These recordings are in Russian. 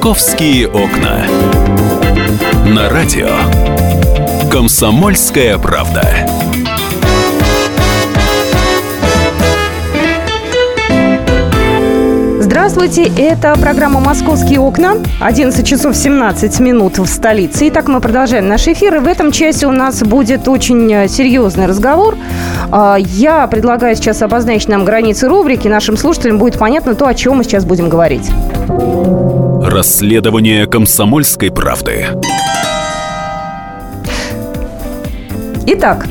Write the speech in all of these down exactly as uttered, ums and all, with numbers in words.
«Московские окна». На радио «Комсомольская правда». Здравствуйте, это программа «Московские окна». одиннадцать часов семнадцать минут в столице. Итак, мы продолжаем наш эфир. И в этом часе у нас будет очень серьезный разговор. Я предлагаю сейчас обозначить нам границы рубрики. Нашим слушателям будет понятно то, о чем мы сейчас будем говорить. Расследование «Комсомольской правды». Итак,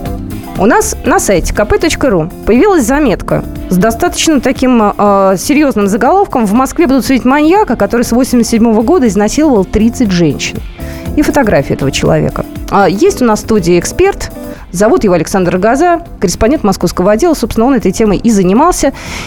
у нас на сайте ка пэ точка ру появилась заметка с достаточно таким э, серьезным заголовком: в Москве будут судить маньяка, который с восемьдесят седьмого года изнасиловал тридцать женщин. И фотография этого человека. А, есть у нас в студии эксперт. Зовут его Александр Рогоза, корреспондент московского отдела. Собственно, он этой темой и занимался.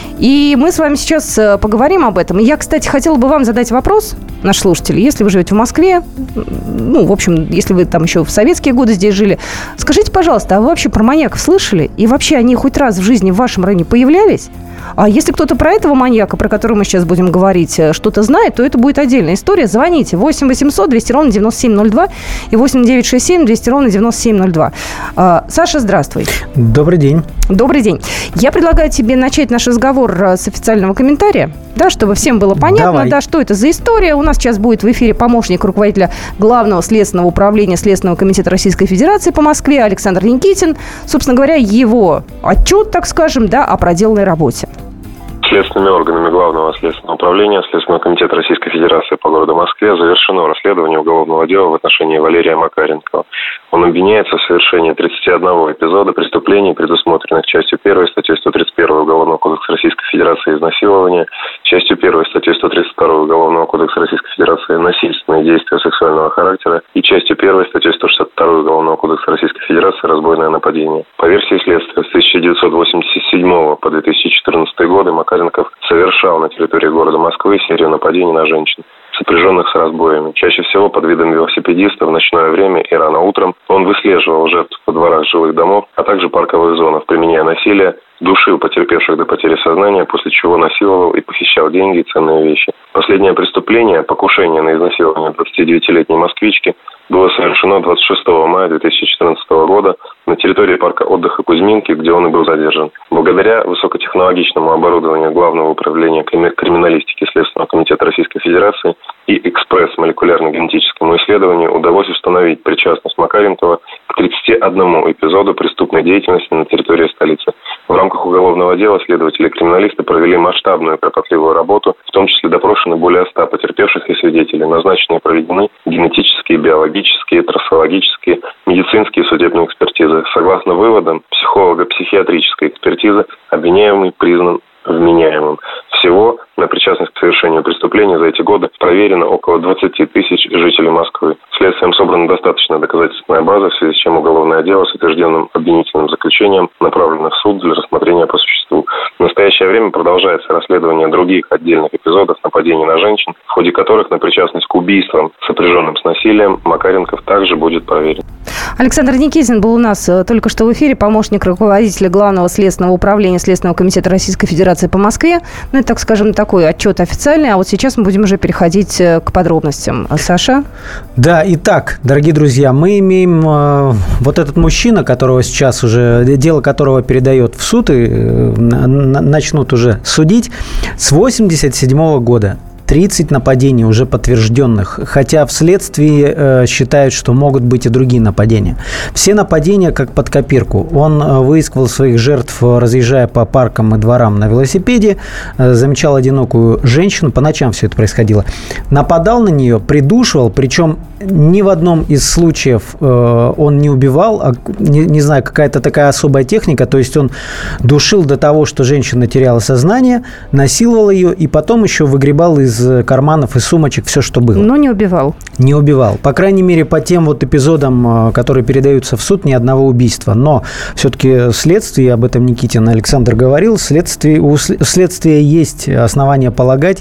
И мы с вами сейчас поговорим об этом. И я, кстати, хотела бы вам задать вопрос, наши слушатели. Если вы живете в Москве, ну, в общем, если вы там еще в советские годы здесь жили, скажите, пожалуйста, а вы вообще про маньяков слышали? И вообще они хоть раз в жизни в вашем районе появлялись? А если кто-то про этого маньяка, про которого мы сейчас будем говорить, что-то знает, то это будет отдельная история. Звоните восемь восемьсот двести ровно девяносто семь ноль два и восемь девятьсот шестьдесят семь двести ровно девяносто семь ноль два. Саша, здравствуй. Добрый день. Добрый день. Я предлагаю тебе начать наш разговор с официального комментария, да, чтобы всем было понятно, да, что это за история. У нас сейчас будет в эфире помощник руководителя Главного следственного управления Следственного комитета Российской Федерации по Москве Александр Никитин. Собственно говоря, его отчет, так скажем, да, о проделанной работе. Следственными органами Главного следственного управления Следственного комитета Российской Федерации по городу Москве завершено расследование уголовного дела в отношении Валерия Макаренкова. Он обвиняется в совершении тридцати одного эпизода преступлений, предусмотренных частью первой статьей сто тридцать первого Уголовного кодекса Российской Федерации изнасилования, частью первой статьей сто тридцать второго Уголовного кодекса Российской Федерации насильственные действия сексуального характера и частью первой статьей сто шестьдесят второго Уголовного кодекса Российской Федерации разбойное нападение. По версии следствия, с тысяча девятьсот восемьдесят седьмого по две тысячи четырнадцатый годы Макаренков совершал на территории города Москвы серию нападений на женщин, сопряженных с разбоями. Чаще всего под видом велосипедиста в ночное время и рано утром он выслеживал жертв во дворах жилых домов, а также парковых зонах, применяя насилие, душил потерпевших до потери сознания, после чего насиловал и похищал деньги и ценные вещи. Последнее преступление, покушение на изнасилование двадцатидевятилетней москвички, было совершено двадцать шестого мая две тысячи четырнадцатого года на территории парка отдыха Кузьминки, где он и был задержан. Благодаря высокотехнологичному оборудованию Главного управления криминалистики Следственного комитета Российской Федерации и экспресс-молекулярно-генетическому исследованию удалось установить причастность Макаренкова к тридцати одному эпизоду преступной деятельности на территории столицы. В рамках уголовного дела следователи-криминалисты провели масштабную кропотливую работу, в том числе допрошены более ста потерпевших и свидетелей. Назначены и проведены генетические, биологические, трассологические, медицинские и судебные экспертизы. Согласно выводам психолого-психиатрической экспертизы, обвиняемый признан вменяемым. Всего на причастность к совершению преступлений за эти годы проверено около двадцати тысяч жителей Москвы. Следствием собрана достаточная доказательственная база, в связи с чем уголовное дело с утвержденным обвинительным заключением направлено в суд для рассмотрения по существу. В настоящее время продолжается расследование других отдельных эпизодов нападений на женщин, в ходе которых на причастность к убийствам, сопряженным с насилием, Макаренков также будет проверен. Александр Никитин был у нас только что в эфире, помощник руководителя Главного следственного управления Следственного комитета Российской Федерации по Москве. Ну, это, так скажем, такой отчет официальный, а вот сейчас мы будем уже переходить к подробностям. Саша? Да, итак, дорогие друзья, мы имеем э, вот этот мужчина, которого сейчас уже, дело которого передает в суд, и э, начнут уже судить, с восемьдесят седьмого года. тридцать нападений уже подтвержденных, хотя в следствии э, считают, что могут быть и другие нападения. Все нападения как под копирку. Он э, выискивал своих жертв, разъезжая по паркам и дворам на велосипеде, э, замечал одинокую женщину, по ночам все это происходило, нападал на нее, придушивал, причем ни в одном из случаев э, он не убивал, а, не, не знаю, какая-то такая особая техника, то есть он душил до того, что женщина теряла сознание, насиловал ее и потом еще выгребал из карманов и сумочек все, что было. Но не убивал. Не убивал. По крайней мере, по тем вот эпизодам, которые передаются в суд, ни одного убийства. Но все-таки следствие, об этом Никитин Александр говорил, следствие, у следствия есть основания полагать,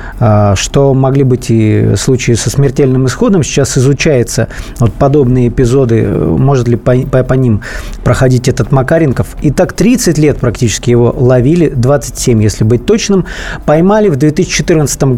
что могли быть и случаи со смертельным исходом. Сейчас изучается вот подобные эпизоды, может ли по, по, по ним проходить этот Макаренков. Итак, тридцать лет практически его ловили, двадцать семь, если быть точным. Поймали в две тысячи четырнадцатом году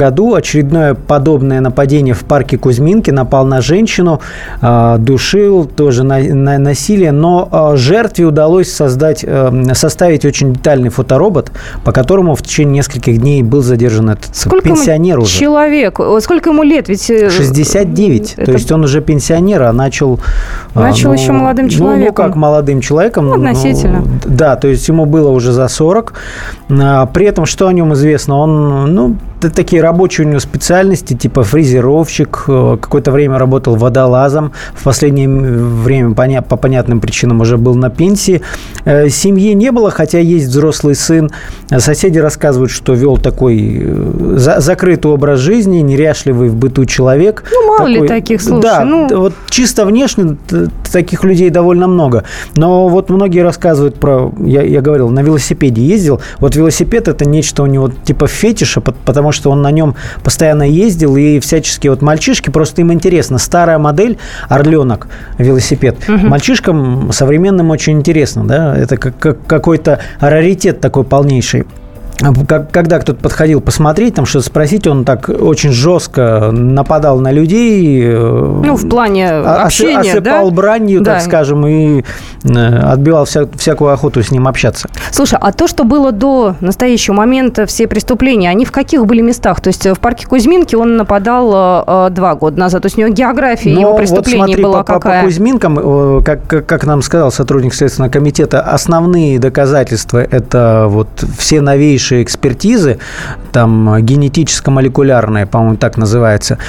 году очередное подобное нападение в парке Кузьминки. Напал на женщину, душил, тоже на, на насилие. Но жертве удалось создать, составить очень детальный фоторобот, по которому в течение нескольких дней был задержан этот сколько пенсионер уже. Человек, сколько ему лет? Ведь шестьдесят девять. Это... То есть он уже пенсионер, а начал... Начал ну, еще молодым человеком. Ну, ну как молодым человеком. Относительно. Ну, да, то есть ему было уже за сорок. При этом, что о нем известно? Он, ну, такие рабочие у него специальности, типа фрезеровщик, какое-то время работал водолазом, в последнее время по понятным причинам уже был на пенсии. Семьи не было, хотя есть взрослый сын. Соседи рассказывают, что вел такой закрытый образ жизни, неряшливый в быту человек. Ну, мало такой, ли таких, слушай. Да, ну... вот чисто внешне таких людей довольно много. Но вот многие рассказывают про, я, я говорил, на велосипеде ездил. Вот велосипед – это нечто у него типа фетиша, потому что он на нем постоянно ездил, и всячески вот мальчишки, просто им интересно. Старая модель, орленок, велосипед. Угу. Мальчишкам современным очень интересно, да, это как, как какой-то раритет такой полнейший. Когда кто-то подходил посмотреть, там что-то спросить, он так очень жестко нападал на людей. Ну, в плане общения, осыпал да? бранью, да. так скажем, и отбивал вся, всякую охоту с ним общаться. Слушай, а то, что было до настоящего момента, все преступления, они в каких были местах? То есть в парке Кузьминки он нападал э, два года назад. То есть у него география Но его преступлений вот смотри, была по, какая? По Кузьминкам, как, как, как нам сказал сотрудник Следственного комитета, основные доказательства – это вот все новейшие экспертизы, там генетическо-молекулярная, по-моему, так называется.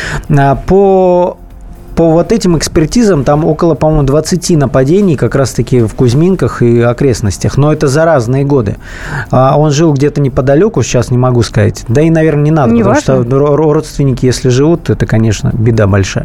По, по вот этим экспертизам там около, по-моему, двадцать нападений как раз-таки в Кузьминках и окрестностях. Но это за разные годы. Он жил где-то неподалеку, сейчас не могу сказать. Да и, наверное, не надо, не потому важно. Что родственники, если живут, это, конечно, беда большая.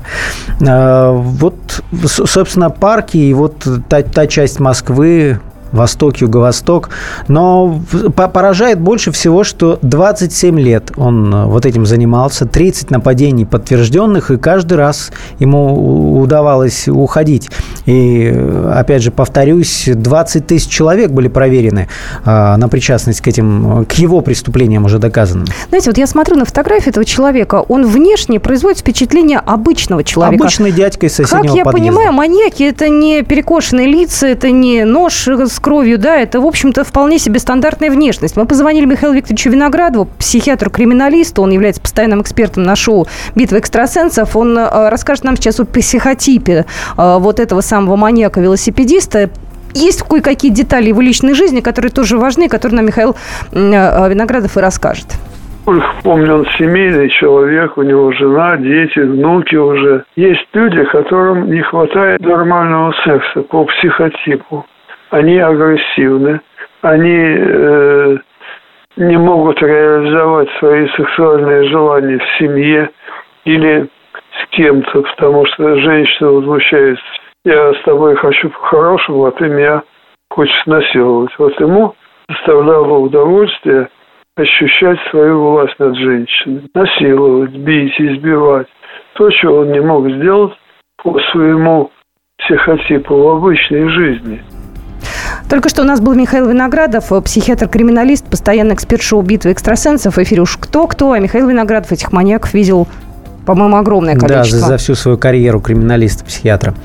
Вот, собственно, парки и вот та, та часть Москвы, Восток, Юго-Восток. Но поражает больше всего, что двадцать семь лет он вот этим занимался, тридцать нападений подтвержденных, и каждый раз ему удавалось уходить. И, опять же, повторюсь, двадцать тысяч человек были проверены на причастность к этим, к его преступлениям уже доказанным. Знаете, вот я смотрю на фотографию этого человека, он внешне производит впечатление обычного человека. Обычный дядька из соседнего подъезда. Как я подъезда. понимаю, маньяки – это не перекошенные лица, это не нож с кровью, да, это, в общем-то, вполне себе стандартная внешность. Мы позвонили Михаилу Викторовичу Виноградову, психиатру-криминалисту, он является постоянным экспертом на шоу «Битва экстрасенсов». Он э, расскажет нам сейчас о психотипе э, вот этого самого маньяка-велосипедиста. Есть кое-какие детали его личной жизни, которые тоже важны, которые нам Михаил э, Виноградов и расскажет. Помню, он семейный человек, у него жена, дети, внуки уже. Есть люди, которым не хватает нормального секса по психотипу. Они агрессивны, они э, не могут реализовать свои сексуальные желания в семье или с кем-то, потому что женщина возмущается. Я с тобой хочу по-хорошему, а ты меня хочешь насиловать. Вот ему доставляло удовольствие ощущать свою власть над женщиной. Насиловать, бить, избивать. То, чего он не мог сделать по своему психотипу в обычной жизни. Только что у нас был Михаил Виноградов, психиатр-криминалист, постоянный эксперт шоу «Битва экстрасенсов». В эфире уж кто-кто, а Михаил Виноградов этих маньяков видел, по-моему, огромное количество. Да, за, за всю свою карьеру криминалиста-психиатра.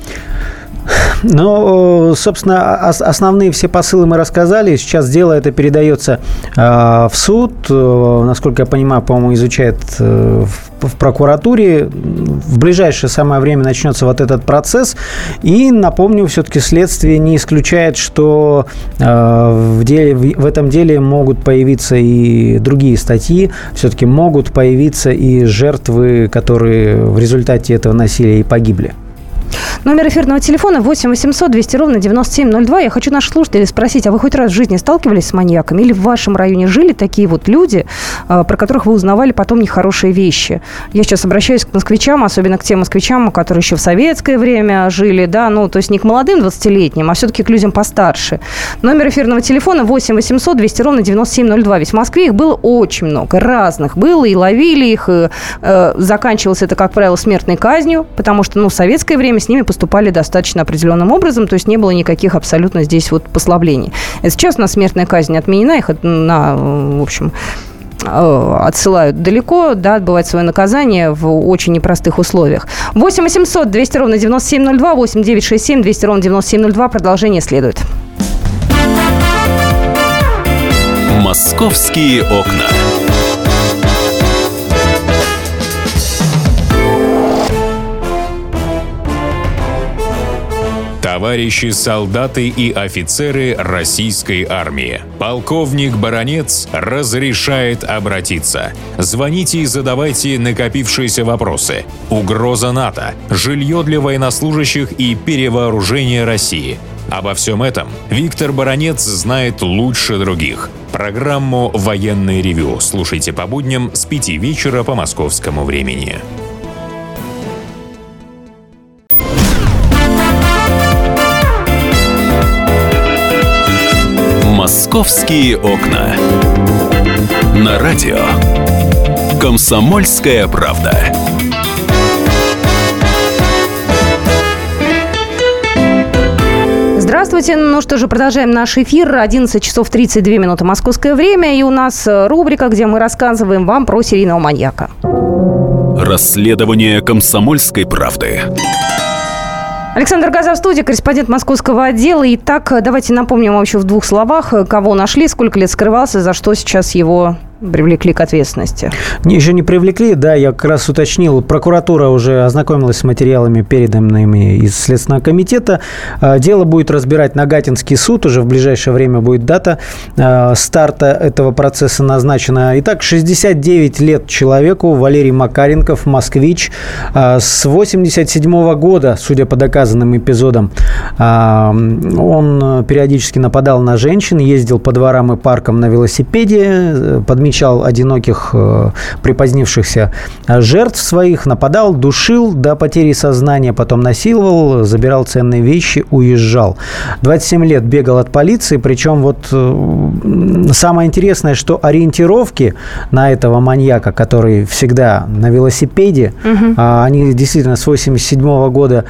Ну, собственно, основные все посылы мы рассказали. Сейчас дело это передается э, в суд. Насколько я понимаю, по-моему, изучает э, в, в прокуратуре. В ближайшее самое время начнется вот этот процесс. И, напомню, все-таки следствие не исключает, что э, в, деле, в, в этом деле могут появиться и другие статьи. Все-таки могут появиться и жертвы, которые в результате этого насилия и погибли. Номер эфирного телефона восемь восемьсот двести ровно девяносто семь ноль два. Я хочу наших слушателей спросить, а вы хоть раз в жизни сталкивались с маньяками? Или в вашем районе жили такие вот люди, про которых вы узнавали потом нехорошие вещи? Я сейчас обращаюсь к москвичам, особенно к тем москвичам, которые еще в советское время жили, да, ну, то есть не к молодым двадцатилетним, а все-таки к людям постарше. Номер эфирного телефона восемь восемьсот двести ровно девяносто семь ноль два. Ведь в Москве их было очень много, разных было, и ловили их, и, э, заканчивалось это, как правило, смертной казнью, потому что, ну, в советское время с ними поступали достаточно определенным образом, то есть не было никаких абсолютно здесь вот послаблений. Сейчас у нас смертная казнь отменена, их на, в общем, отсылают далеко, да, отбывать свое наказание в очень непростых условиях. восемь восемьсот двести ровно девяносто семь ноль два, восемь девятьсот шестьдесят семь двести ровно девяносто семь ноль два. Продолжение следует. «Московские окна». Товарищи солдаты и офицеры российской армии. Полковник Баранец разрешает обратиться. Звоните и задавайте накопившиеся вопросы. Угроза НАТО, жилье для военнослужащих и перевооружение России. Обо всем этом Виктор Баранец знает лучше других. Программу «Военное ревю» слушайте по будням с пяти вечера по московскому времени. «Московские окна». На радио «Комсомольская правда». Здравствуйте. Ну что же, продолжаем наш эфир. одиннадцать часов тридцать две минуты московское время. И у нас рубрика, где мы рассказываем вам про серийного маньяка. Расследование «Комсомольской правды». Александр Газа в студии, корреспондент московского отдела. Итак, давайте напомним вам еще в двух словах, кого нашли, сколько лет скрывался, за что сейчас его привлекли к ответственности. Не, еще не привлекли, да, я как раз уточнил. Прокуратура уже ознакомилась с материалами, переданными из Следственного комитета. Дело будет разбирать Нагатинский суд. Уже в ближайшее время будет дата старта этого процесса назначена. Итак, шестьдесят девять лет человеку, Валерий Макаренков, москвич. С восемьдесят седьмого года, судя по доказанным эпизодам, он периодически нападал на женщин, ездил по дворам и паркам на велосипеде, подмечал одиноких припозднившихся жертв своих, нападал, душил до потери сознания, потом насиловал, забирал ценные вещи, уезжал. двадцать семь лет бегал от полиции, причем вот самое интересное, что ориентировки на этого маньяка, который всегда на велосипеде, угу. они действительно с восемьдесят седьмого года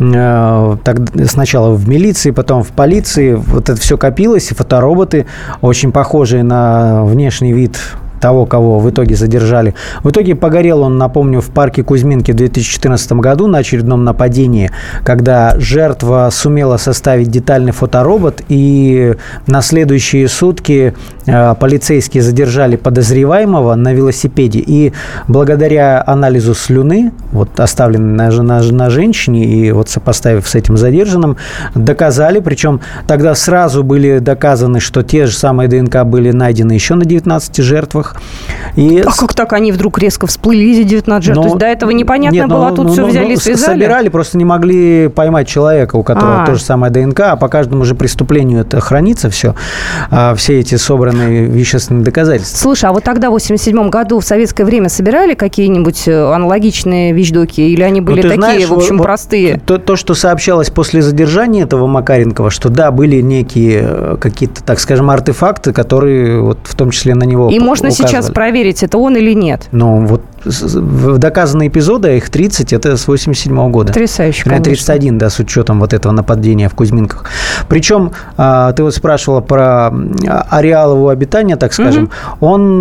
так, сначала в милиции, потом в полиции, вот это все копилось, и фотороботы, очень похожие на внешний вид того, кого в итоге задержали. В итоге погорел он, напомню, в парке Кузьминки в две тысячи четырнадцатом году на очередном нападении, когда жертва сумела составить детальный фоторобот, и на следующие сутки э, полицейские задержали подозреваемого на велосипеде, и благодаря анализу слюны, вот оставленной на, на, на женщине, и вот сопоставив с этим задержанным, доказали, причем тогда сразу были доказаны, что те же самые ДНК были найдены еще на девятнадцати жертвах. И... А как так они вдруг резко всплыли из девятнадцати жертв? Но... То есть до этого непонятно Нет, было, а тут ну, все ну, взяли ну, и связали? Собирали, просто не могли поймать человека, у которого А. то же самое ДНК, а по каждому же преступлению это хранится все, все эти собранные вещественные доказательства. Слушай, а вот тогда, в восемьдесят седьмом году, в советское время собирали какие-нибудь аналогичные вещдоки? Или они были ну, такие, знаешь, в общем, вот, простые? То, то, что сообщалось после задержания этого Макаренкова, что да, были некие какие-то, так скажем, артефакты, которые вот в том числе на него И можно указывали. сейчас проверить, это он или нет? Ну, вот доказанные эпизоды, их тридцать, это с восемьдесят седьмого года. Потрясающе, конечно. тридцать один, да, с учетом вот этого нападения в Кузьминках. Причем, ты вот спрашивала про ареал его обитания, так скажем. Угу. Он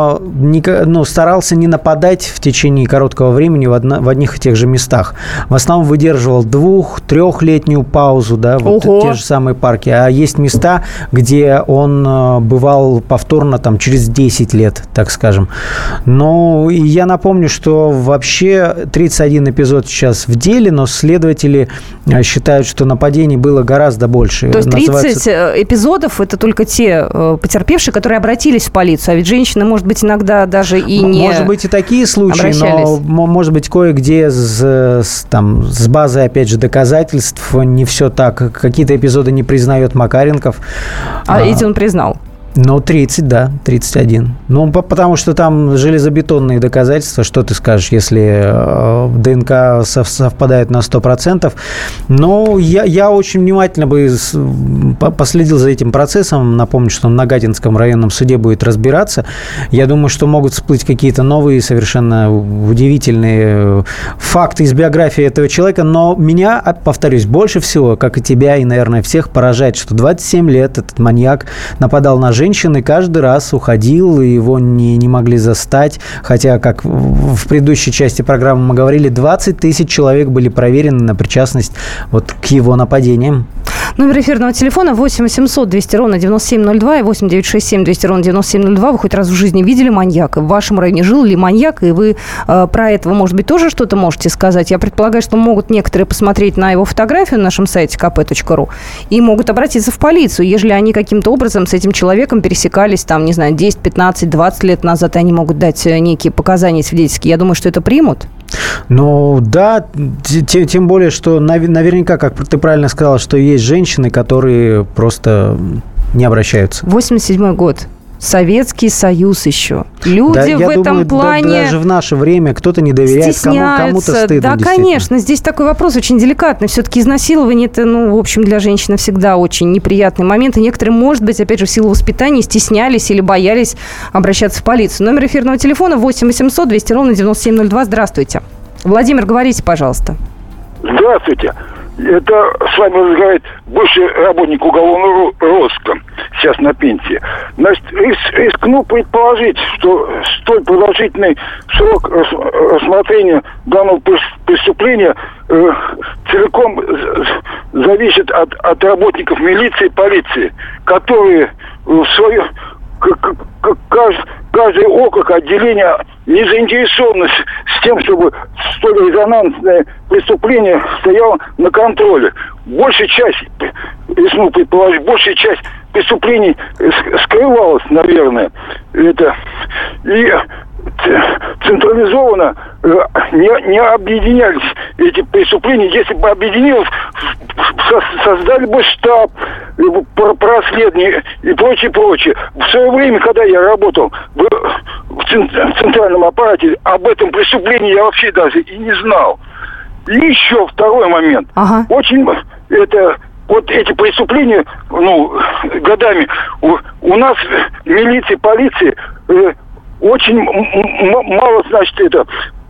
ну, старался не нападать в течение короткого времени в, одно, в одних и тех же местах. В основном выдерживал двух-трехлетнюю паузу, да, вот Ого. те же самые парки. А есть места, где он бывал повторно там через десять лет, так скажем. Ну, и я напомню, что вообще тридцать один эпизод сейчас в деле, но следователи считают, что нападений было гораздо больше. То есть тридцать Называется... эпизодов – это только те потерпевшие, которые обратились в полицию, а ведь женщины, может быть, иногда даже и не Может быть, и такие случаи, обращались. Но, может быть, кое-где с, с, там, с базой, опять же, доказательств не все так. Какие-то эпизоды не признает Макаренков. А, а эти он признал? Ну, тридцать, да, тридцать один. Ну, потому что там железобетонные доказательства, что ты скажешь, если ДНК совпадает на сто процентов. Но я, я очень внимательно бы последил за этим процессом. Напомню, что на Нагатинском районном суде будет разбираться. Я думаю, что могут всплыть какие-то новые, совершенно удивительные факты из биографии этого человека. Но меня, повторюсь, больше всего, как и тебя и, наверное, всех, поражает, что двадцать семь лет этот маньяк нападал на женщин, женщины каждый раз уходил, и его не, не могли застать. Хотя, как в предыдущей части программы мы говорили, двадцать тысяч человек были проверены на причастность вот к его нападениям. Номер эфирного телефона восемь восемьсот двести ровно девяносто семь ноль два и восемь девятьсот шестьдесят семь двести ровно девяносто семь ноль два. Вы хоть раз в жизни видели маньяка? В вашем районе жил ли маньяк? И вы э, про этого, может быть, тоже что-то можете сказать? Я предполагаю, что могут некоторые посмотреть на его фотографию на нашем сайте ка пэ точка ру и могут обратиться в полицию, ежели они каким-то образом с этим человеком пересекались, там, не знаю, десять, пятнадцать, двадцать лет назад, и они могут дать некие показания свидетельские. Я думаю, что это примут. Ну, да, тем, тем более, что наверняка, как ты правильно сказала, что есть женщины, которые просто не обращаются. восемьдесят седьмой год. Советский Союз еще. Люди да, в я этом думаю, плане да, даже в наше время кто-то не доверяет, кому, кому-то стыдно. Да, конечно. Здесь такой вопрос очень деликатный. Все-таки изнасилование – это, ну, в общем, для женщины всегда очень неприятный момент. И некоторые, может быть, опять же, в силу воспитания стеснялись или боялись обращаться в полицию. Номер эфирного телефона восемь восемьсот двести ровно девяносто семь ноль два. Здравствуйте. Владимир, говорите, пожалуйста. Здравствуйте. Это с вами разговаривает бывший работник уголовного розыска, сейчас на пенсии. Значит, рискну предположить, что столь продолжительный срок рассмотрения данного преступления э, целиком зависит от, от работников милиции и полиции, которые в свое... Каждый округ отделения не заинтересованы с тем, чтобы столь резонансное преступление стояло на контроле. Большая часть, если предположить, большая часть преступлений скрывалась, наверное. Это и централизованно не, не объединялись эти преступления. Если бы объединилось, создали бы штаб по, по расследованию и прочее, прочее. В свое время, когда я работал в, в центральном аппарате, об этом преступлении я вообще даже и не знал. И еще второй момент. Ага. Очень это... Вот эти преступления, ну, годами у, у нас милиции, полиции э, очень м- мало, значит, это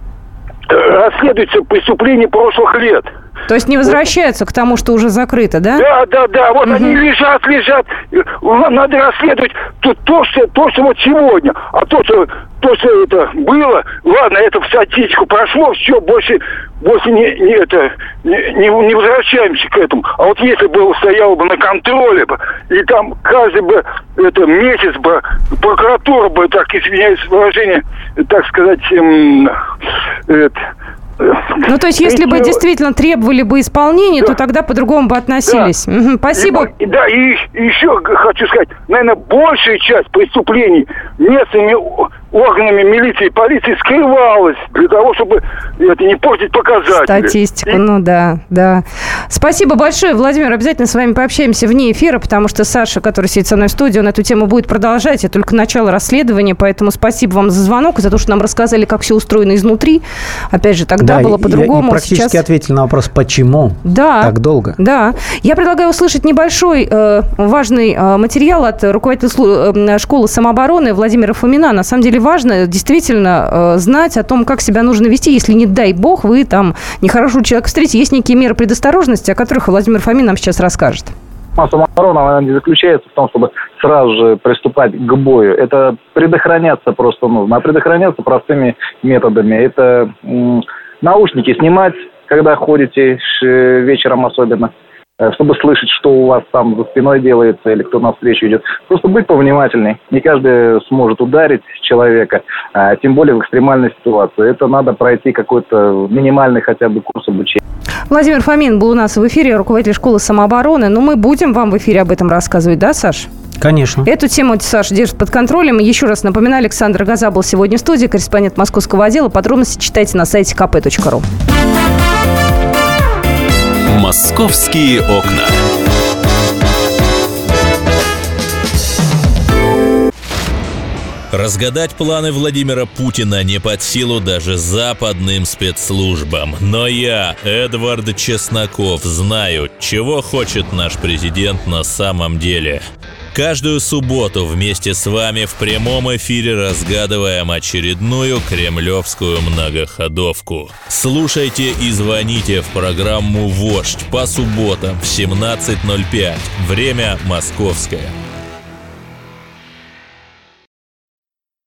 расследуется преступления прошлых лет. То есть не возвращаются к тому, что уже закрыто, да? Да, да, да. Вот угу. Они лежат, лежат. Надо расследовать то, то, что, то, что вот сегодня. А то, что, то, что это было, ладно, это в статистику прошло, все, больше, больше не, не, это, не, не возвращаемся к этому. А вот если бы стояло бы на контроле, бы, и там каждый бы это, месяц бы прокуратура бы, так, извиняюсь выражение, так сказать, эм, это, ну, то есть, если бы действительно требовали бы исполнения, да. то тогда по-другому бы относились. Да. Угу, спасибо. И, да, и, и еще хочу сказать, наверное, большая часть преступлений местными органами милиции и полиции скрывалась для того, чтобы это не портить показатели. Статистику, и... ну да, да. Спасибо большое, Владимир. Обязательно с вами пообщаемся вне эфира, потому что Саша, который сидит со мной в студии, он эту тему будет продолжать. Это только начало расследования, поэтому спасибо вам за звонок и за то, что нам рассказали, как все устроено изнутри. Опять же, тогда да, было по-другому. И практически сейчас... ответили на вопрос, почему да, так долго. Да. Я предлагаю услышать небольшой э, важный э, материал от руководителя слу- э, школы самообороны Владимира Фомина. На самом деле важно действительно э, знать о том, как себя нужно вести, если, не дай бог, вы там нехорошего человека встретите. Есть некие меры предосторожности, о которых Владимир Фомин нам сейчас расскажет. Самооборона, она не заключается в том, чтобы сразу же приступать к бою. Это предохраняться просто нужно. А предохраняться простыми методами. Это м- наушники снимать, когда ходите вечером особенно, чтобы слышать, что у вас там за спиной делается или кто навстречу идет. Просто быть повнимательней. Не каждый сможет ударить человека, а тем более в экстремальной ситуации. Это надо пройти какой-то минимальный хотя бы курс обучения. Владимир Фомин был у нас в эфире, руководитель школы самообороны. Но мы будем вам в эфире об этом рассказывать, да, Саш? Конечно. Эту тему Саша держит под контролем. Еще раз напоминаю, Александр Газа был сегодня в студии, корреспондент московского отдела. Подробности читайте на сайте ка пэ точка ру. «Московские окна». Разгадать планы Владимира Путина не под силу даже западным спецслужбам. Но я, Эдвард Чесноков, знаю, чего хочет наш президент на самом деле. Каждую субботу вместе с вами в прямом эфире разгадываем очередную кремлевскую многоходовку. Слушайте и звоните в программу «Вождь» по субботам в семнадцать ноль пять. Время московское.